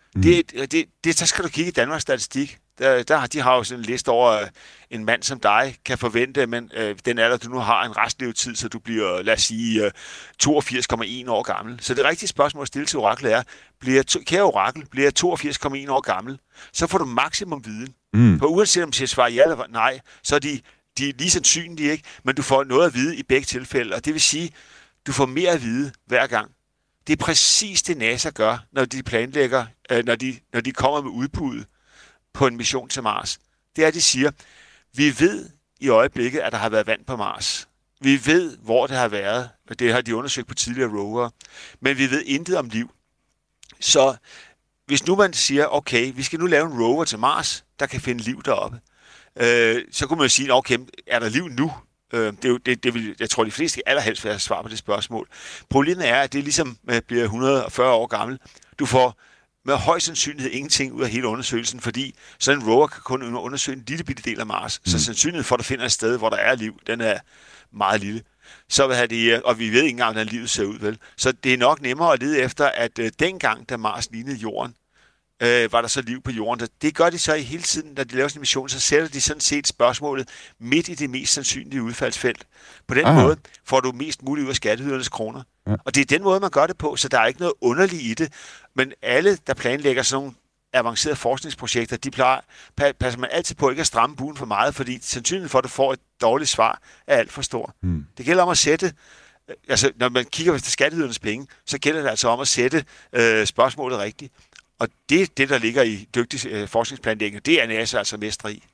Så skal du kigge i Danmarks Statistik. De har jo sådan en liste over, en mand som dig kan forvente, men den alder, du nu har en restlevetid, så du bliver, lad os sige, 82,1 år gammel. Så det rigtige spørgsmål at stille til oraklet er, kære orakel, bliver jeg 82,1 år gammel, så får du maksimum viden. For uanset om jeg svarer ja eller nej, så er de lige sandsynlige, ikke? Men du får noget at vide i begge tilfælde, og det vil sige, du får mere at vide hver gang. Det er præcis det, NASA gør, når de planlægger, når de kommer med udbud på en mission til Mars. Det er, at de siger, vi ved i øjeblikket, at der har været vand på Mars. Vi ved, hvor det har været, og det har de undersøgt på tidligere rover, men vi ved intet om liv. Så hvis nu man siger, okay, vi skal nu lave en rover til Mars, der kan finde liv deroppe, så kunne man jo sige, okay, er der liv nu? Jeg tror, de fleste allerhelst vil have svar på det spørgsmål. Problemet er, at det ligesom bliver 140 år gammel. Du får med høj sandsynlighed ingenting ud af hele undersøgelsen, fordi sådan en rover kan kun undersøge en lille bitte del af Mars. Så sandsynligheden for, at du finder et sted, hvor der er liv, den er meget lille. Og vi ved ikke engang, hvordan livet ser ud, vel? Så det er nok nemmere at lede efter, at dengang, da Mars lignede jorden, var der så liv på jorden. Det gør de så i hele tiden, når de laver sådan en mission, så sætter de sådan set spørgsmålet midt i det mest sandsynlige udfaldsfelt. På den måde får du mest muligt ud af skatteydernes kroner. Ja. Og det er den måde, man gør det på, så der er ikke noget underligt i det. Men alle, der planlægger sådan nogle avancerede forskningsprojekter, passer man altid på ikke at stramme buen for meget, fordi sandsynligheden for, at du får et dårligt svar, er alt for stor. Det gælder om at sætte, altså når man kigger efter skatteydernes penge, så gælder det altså om at sætte spørgsmålet rigtigt. Og det er det, der ligger i dygtig forskningsplanlægning. Det er NASA altså mestre i.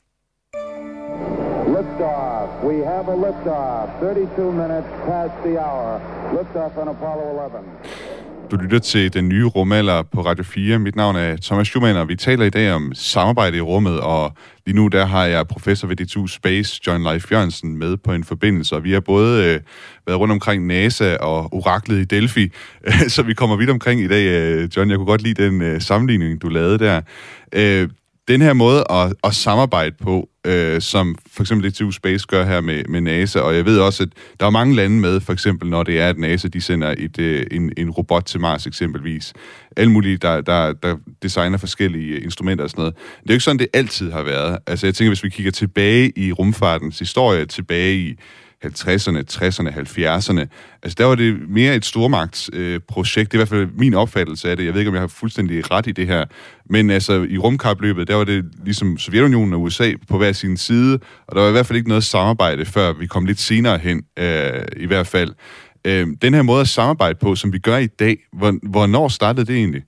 Liftoff. We have a liftoff. 32 minutes past the hour. Liftoff on Apollo 11. Du lytter til Den Nye Rumalder på Radio 4. Mit navn er Thomas Schumann, og vi taler i dag om samarbejde i rummet, og lige nu der har jeg professor ved DTU Space, John Leif Jørgensen, med på en forbindelse, og vi har både været rundt omkring NASA og oraklet i Delphi, så vi kommer vidt omkring i dag. John, jeg kunne godt lide den sammenligning, du lavede der. Den her måde at samarbejde på, som for eksempel DTU Space gør her med NASA, og jeg ved også, at der er mange lande med, for eksempel når det er, at NASA de sender en robot til Mars eksempelvis. Alle mulige, der designer forskellige instrumenter og sådan noget. Det er jo ikke sådan, det altid har været. Altså jeg tænker, hvis vi kigger tilbage i rumfartens historie, tilbage i 50'erne, 60'erne, 70'erne. Altså der var det mere et stormagtsprojekt. Det er i hvert fald min opfattelse af det. Jeg ved ikke, om jeg har fuldstændig ret i det her. Men altså i rumkapløbet, der var det ligesom Sovjetunionen og USA på hver sin side, og der var i hvert fald ikke noget samarbejde, før vi kom lidt senere hen, i hvert fald. Den her måde at samarbejde på, som vi gør i dag, hvornår startede det egentlig?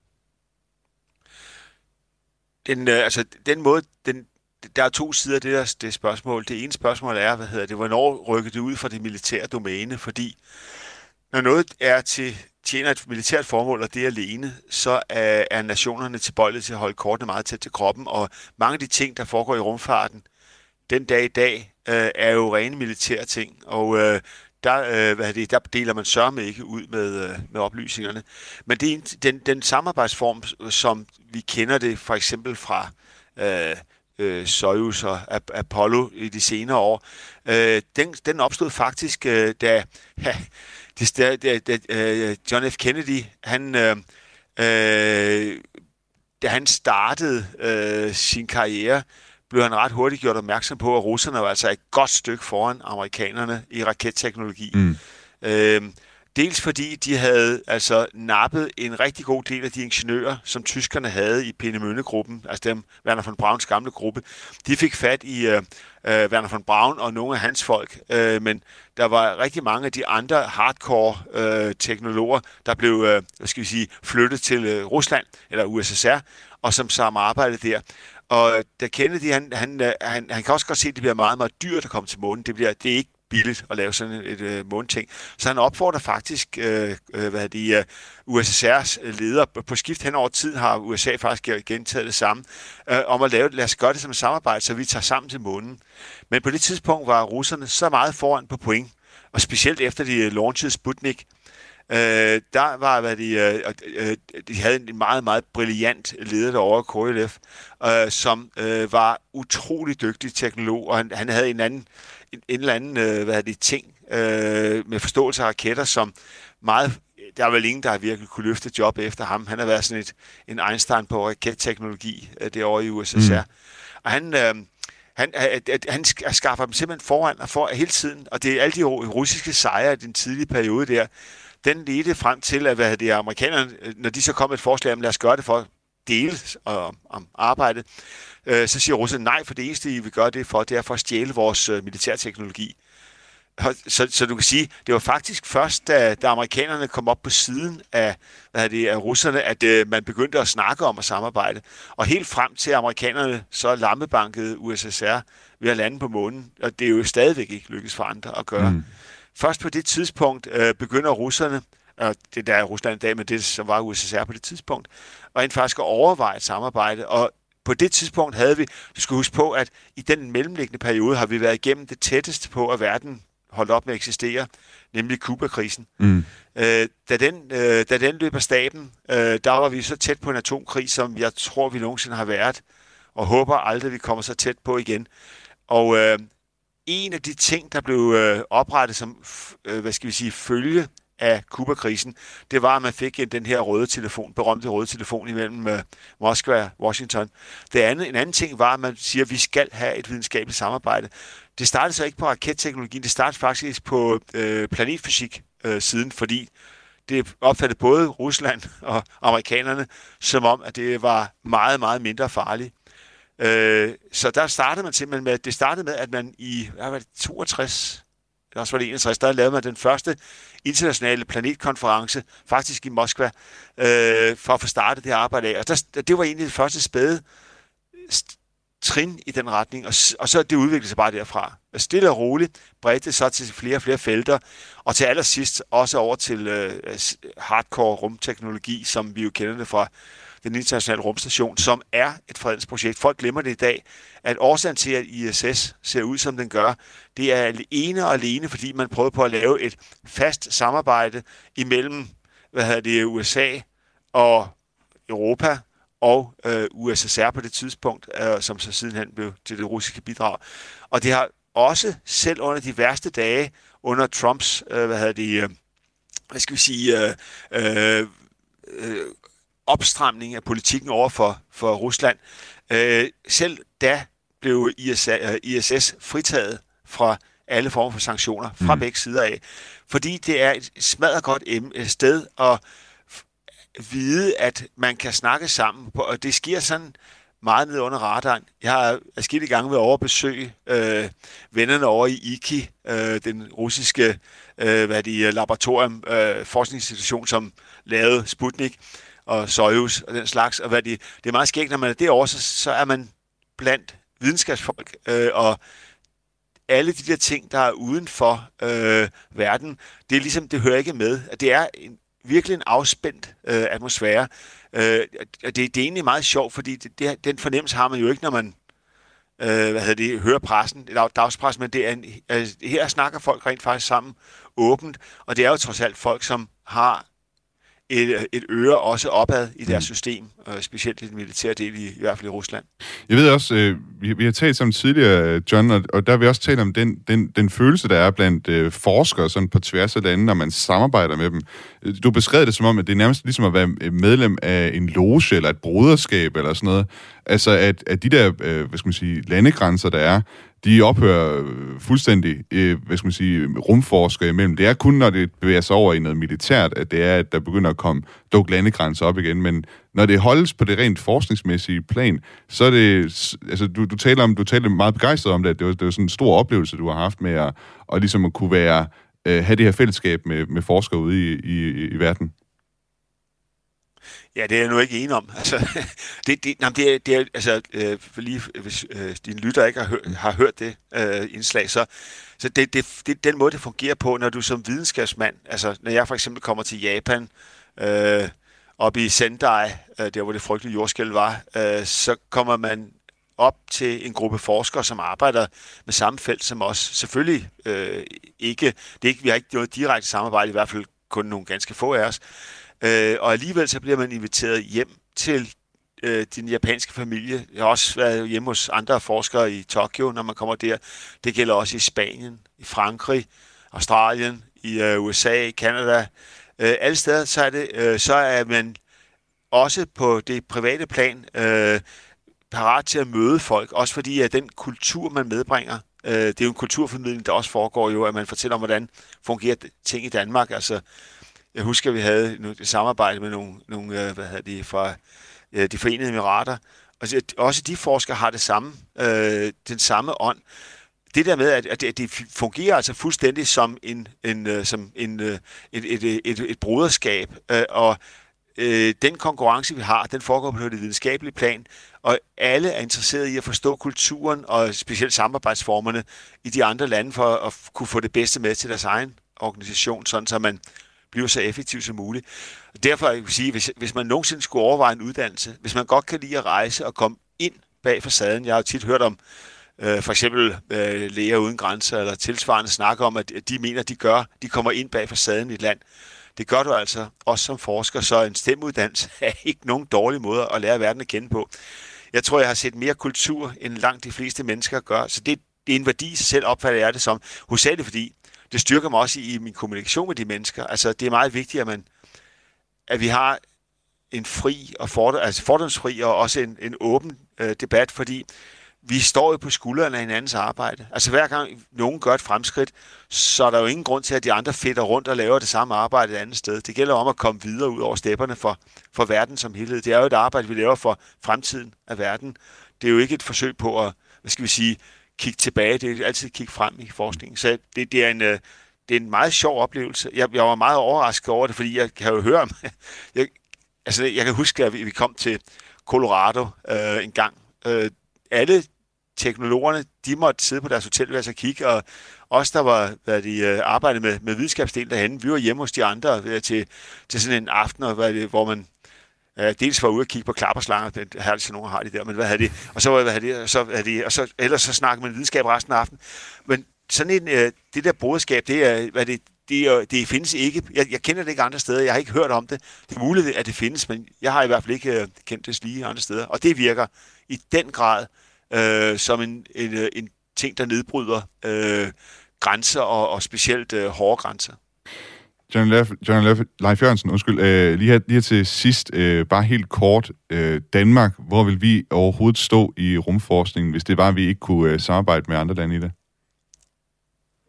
Den måde, der er to sider af det spørgsmål. Det ene spørgsmål er, hvornår rykker det ud fra det militære domæne? Fordi når noget tjener et militært formål, og det alene, så er nationerne tilbøjelige til at holde kortene meget tæt til kroppen, og mange af de ting, der foregår i rumfarten, den dag i dag, er jo rene militære ting, og der deler man sørme ikke ud med oplysningerne. Men det er den samarbejdsform, som vi kender det for eksempel fra Soyuz og Apollo i de senere år, den opstod faktisk, da John F. Kennedy, da han startede sin karriere, blev han ret hurtigt gjort opmærksom på, at russerne var altså et godt stykke foran amerikanerne i raketteknologi. Dels fordi de havde altså nappet en rigtig god del af de ingeniører, som tyskerne havde i Peenemünde-gruppen, altså dem, Werner von Brauns gamle gruppe. De fik fat i Werner von Braun og nogle af hans folk, men der var rigtig mange af de andre hardcore teknologer, der blev flyttet til Rusland eller USSR, og som arbejdede der. Og da Kennedy, han kan også godt se, at det bliver meget, meget dyrt at komme til månen. Det er ikke billigt at lave sådan et måneting. Så han opfordrer faktisk USSR's ledere på skift hen over tid, har USA faktisk gentaget det samme, om at lad os gøre det som et samarbejde, så vi tager sammen til månen. Men på det tidspunkt var russerne så meget foran på point, og specielt efter de launchede Sputnik, der var, de havde en meget, meget brilliant leder derovre, Korolev, som var utrolig dygtig teknolog, og han havde en eller anden ting med forståelse af raketter, som meget, der er vel ingen, der har virkelig kunne løfte job efter ham. Han har været sådan en Einstein på raketteknologi derovre i USSR. Og han skaffer dem simpelthen foran og for hele tiden, og det er alle de russiske sejre i den tidlige periode der, den ledte frem til, at amerikanerne, når de så kom et forslag om, lad os gøre det for at dele om arbejdet, så siger russerne nej, for det eneste, I vil gøre det er for at stjæle vores militærteknologi. Så du kan sige, det var faktisk først, da amerikanerne kom op på siden af russerne, at man begyndte at snakke om at samarbejde. Og helt frem til amerikanerne så lammebankede USSR ved at lande på månen, og det er jo stadigvæk ikke lykkes for andre at gøre. Først på det tidspunkt begynder russerne, og det der er Rusland i dag, men det som var USSR på det tidspunkt, rent faktisk at overveje et samarbejde. Og på det tidspunkt havde vi, du skal huske på, at i den mellemliggende periode har vi været igennem det tætteste på, at verden holdt op med at eksistere, nemlig Cuba-krisen. Da den løb af staben, der var vi så tæt på en atomkrig, som jeg tror, vi nogensinde har været, og håber aldrig, vi kommer så tæt på igen. Og en af de ting, der blev oprettet som, følge af Cuba-krisen, det var, at man fik den her berømte røde telefon imellem Moskva og Washington. En anden ting var, at man siger, at vi skal have et videnskabeligt samarbejde. Det startede så ikke på raketteknologien, det startede faktisk på planetfysik siden, fordi det opfattede både Rusland og amerikanerne som om, at det var meget, meget mindre farligt. Så der startede man simpelthen med, at man i 62, eller også var det 61, der lavede man den første internationale planetkonference, faktisk i Moskva, for at få startet det her arbejde af. Og det var egentlig det første spæde trin i den retning, og så det udviklede sig bare derfra. Stille og roligt bredte det så til flere og flere felter, og til allersidst også over til hardcore rumteknologi, som vi jo kender det fra den internationale rumstation, som er et fredensprojekt. Folk glemmer det i dag, at årsagen til, at ISS ser ud, som den gør, det er alene, fordi man prøvede på at lave et fast samarbejde imellem USA og Europa og USSR på det tidspunkt, som så sidenhen blev til det russiske bidrag. Og det har også, selv under de værste dage, under Trumps, opstramning af politikken over for Rusland, selv da blev ISS fritaget fra alle former for sanktioner fra begge sider af. Fordi det er et smadret godt sted at vide, at man kan snakke sammen, og det sker sådan meget ned under radaren. Jeg har adskillige gange været over at besøge vennerne over i IKI, den russiske laboratorium, forskningsinstitution, som lavede Sputnik og Soyuz og den slags. Og det er meget skægt, når man er derovre, så er man blandt videnskabsfolk, og alle de der ting, der er uden for verden, det er ligesom, det hører ikke med. Det er virkelig en afspændt atmosfære. Det er egentlig meget sjovt, fordi den fornemmelse har man jo ikke, når man hører pressen, dagspressen, men det er her snakker folk rent faktisk sammen åbent, og det er jo trods alt folk, som har et øre også opad i deres system, specielt i den militære del, i hvert fald i Rusland. Jeg ved også, vi har talt sammen tidligere, John, og der har vi også talt om den følelse, der er blandt forskere sådan på tværs af lande, når man samarbejder med dem. Du beskrev det som om, at det er nærmest ligesom at være medlem af en loge eller et broderskab eller sådan noget. Altså, at de der, landegrænser, der er, de ophører fuldstændig, rumforskere imellem. Det er kun, når det bevæger sig over i noget militært, at det er, at der begynder at dukke landegrænser op igen. Men når det holdes på det rent forskningsmæssige plan, så er det, altså du taler meget begejstret om det, at det var sådan en stor oplevelse, du har haft med at ligesom at kunne have det her fællesskab med forskere ude i verden. Ja, det er jeg nu ikke enig om. Altså, hvis dine lytter ikke har hørt det indslag, så det er den måde, det fungerer på, når du som videnskabsmand, altså når jeg for eksempel kommer til Japan, op i Sendai, der hvor det frygtelige jordskælv var, så kommer man op til en gruppe forskere, som arbejder med samme felt som os. Selvfølgelig vi har ikke noget direkte samarbejde, i hvert fald kun nogle ganske få af os. Og alligevel så bliver man inviteret hjem til din japanske familie. Jeg har også været hjemme hos andre forskere i Tokyo, når man kommer der. Det gælder også i Spanien, i Frankrig, Australien, i USA, Canada. Alle steder så er man også på det private plan parat til at møde folk, også fordi at den kultur, man medbringer, det er jo en kulturformidling, der også foregår jo, at man fortæller om, hvordan fungerer ting i Danmark. Altså, jeg husker, at vi havde et samarbejde med nogle fra de Forenede Emirater. Også de forskere har det samme, den samme ånd. Det der med, at det fungerer altså fuldstændig som et broderskab, og den konkurrence, vi har, den foregår på det videnskabelige plan, og alle er interesserede i at forstå kulturen og specielt samarbejdsformerne i de andre lande for at kunne få det bedste med til deres egen organisation, sådan så man bliver så effektiv som muligt. Derfor jeg vil sige, hvis man nogensinde skulle overveje en uddannelse, hvis man godt kan lide at rejse og komme ind bag facaden, jeg har jo tit hørt om for eksempel Læger Uden Grænser eller tilsvarende snakke om, at de mener, de kommer ind bag facaden i et land. Det gør du altså også som forsker, så en STEM-uddannelse er ikke nogen dårlig måde at lære verden at kende på. Jeg tror, jeg har set mere kultur, end langt de fleste mennesker gør, så det er en værdi i sig selv, opfatter jeg det som. Hovedsageligt fordi det styrker mig også i min kommunikation med de mennesker. Altså, det er meget vigtigt, at vi har en fri og fordomsfri og også en åben debat, fordi vi står jo på skuldrene af hinandens arbejde. Altså hver gang nogen gør et fremskridt, så er der jo ingen grund til, at de andre fedter rundt og laver det samme arbejde et andet sted. Det gælder om at komme videre ud over stepperne for verden som helhed. Det er jo et arbejde, vi laver for fremtiden af verden. Det er jo ikke et forsøg på at, kigge tilbage. Det er altid at kigge frem i forskningen. Så det er en meget sjov oplevelse. Jeg var meget overrasket over det, fordi jeg kan jo høre om... jeg kan huske, at vi kom til Colorado en gang. Alle teknologerne, de måtte sidde på deres hotelværelse og kigge, og os, der var arbejdet med videnskabsdelen derhenne, vi var hjemme hos de andre til sådan en aften, hvor man dels var ude og kigge på klapperslanger, det er herligt, så nogen har de der, men og så ellers så snakker man videnskab resten af aftenen. Men sådan det der broderskab, det findes ikke. Jeg kender det ikke andre steder, jeg har ikke hørt om det. Det er muligt, at det findes, men jeg har i hvert fald ikke kendt det lige andre steder. Og det virker i den grad som en ting, der nedbryder grænser og specielt hårde grænser. John Leif Jørgensen, undskyld. Lige her til sidst, bare helt kort. Danmark, hvor vil vi overhovedet stå i rumforskningen, hvis det var, vi ikke kunne samarbejde med andre lande i det?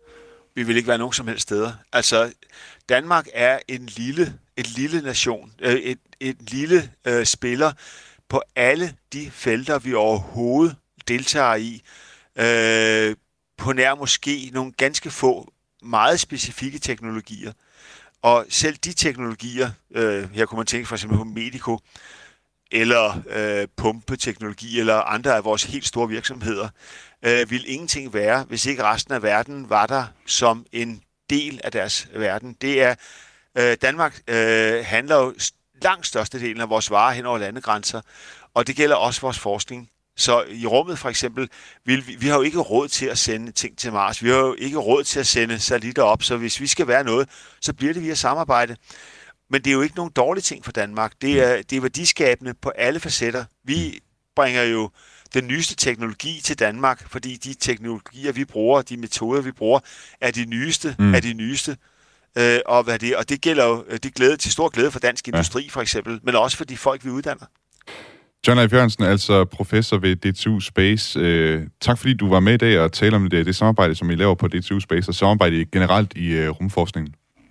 Vi vil ikke være nogen som helst steder. Altså, Danmark er et lille nation, et lille spiller på alle de felter, vi overhovedet deltager i. På nær måske nogle ganske få, meget specifikke teknologier. Og selv de teknologier, her kunne man tænke for eksempel på Medico, eller pumpeteknologi, eller andre af vores helt store virksomheder, vil ingenting være, hvis ikke resten af verden var der som en del af deres verden. Det er, Danmark handler jo langt størstedelen af vores varer hen over landegrænser, og det gælder også vores forskning. Så i rummet for eksempel, vi har jo ikke råd til at sende ting til Mars. Vi har jo ikke råd til at sende satellitter op, så hvis vi skal være noget, så bliver det via samarbejde. Men det er jo ikke nogen dårlige ting for Danmark. Det er værdiskabende på alle facetter. Vi bringer jo den nyeste teknologi til Danmark, fordi de teknologier, vi bruger, de metoder, vi bruger, er de nyeste af de nyeste. Og det gælder jo til stor glæde for dansk industri for eksempel, men også for de folk, vi uddanner. John Leif Jørgensen, altså professor ved DTU Space. Tak fordi du var med i dag og talte om det samarbejde, som I laver på DTU Space, og samarbejde generelt i rumforskningen.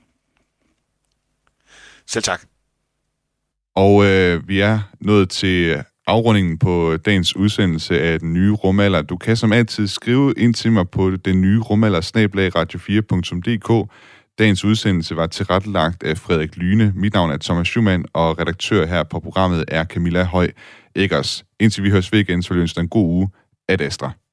Selv tak. Og vi er nået til afrundingen på dagens udsendelse af Den Nye Rumalder. Du kan som altid skrive ind til mig på den nye rumalder@radio4.dk. Dagens udsendelse var tilrettelagt af Frederik Lyne. Mit navn er Thomas Schumann, og redaktør her på programmet er Camilla Høj Eggers. Indtil vi høres ved igen, så vil jeg ønske dig en god uge. Ad Astra.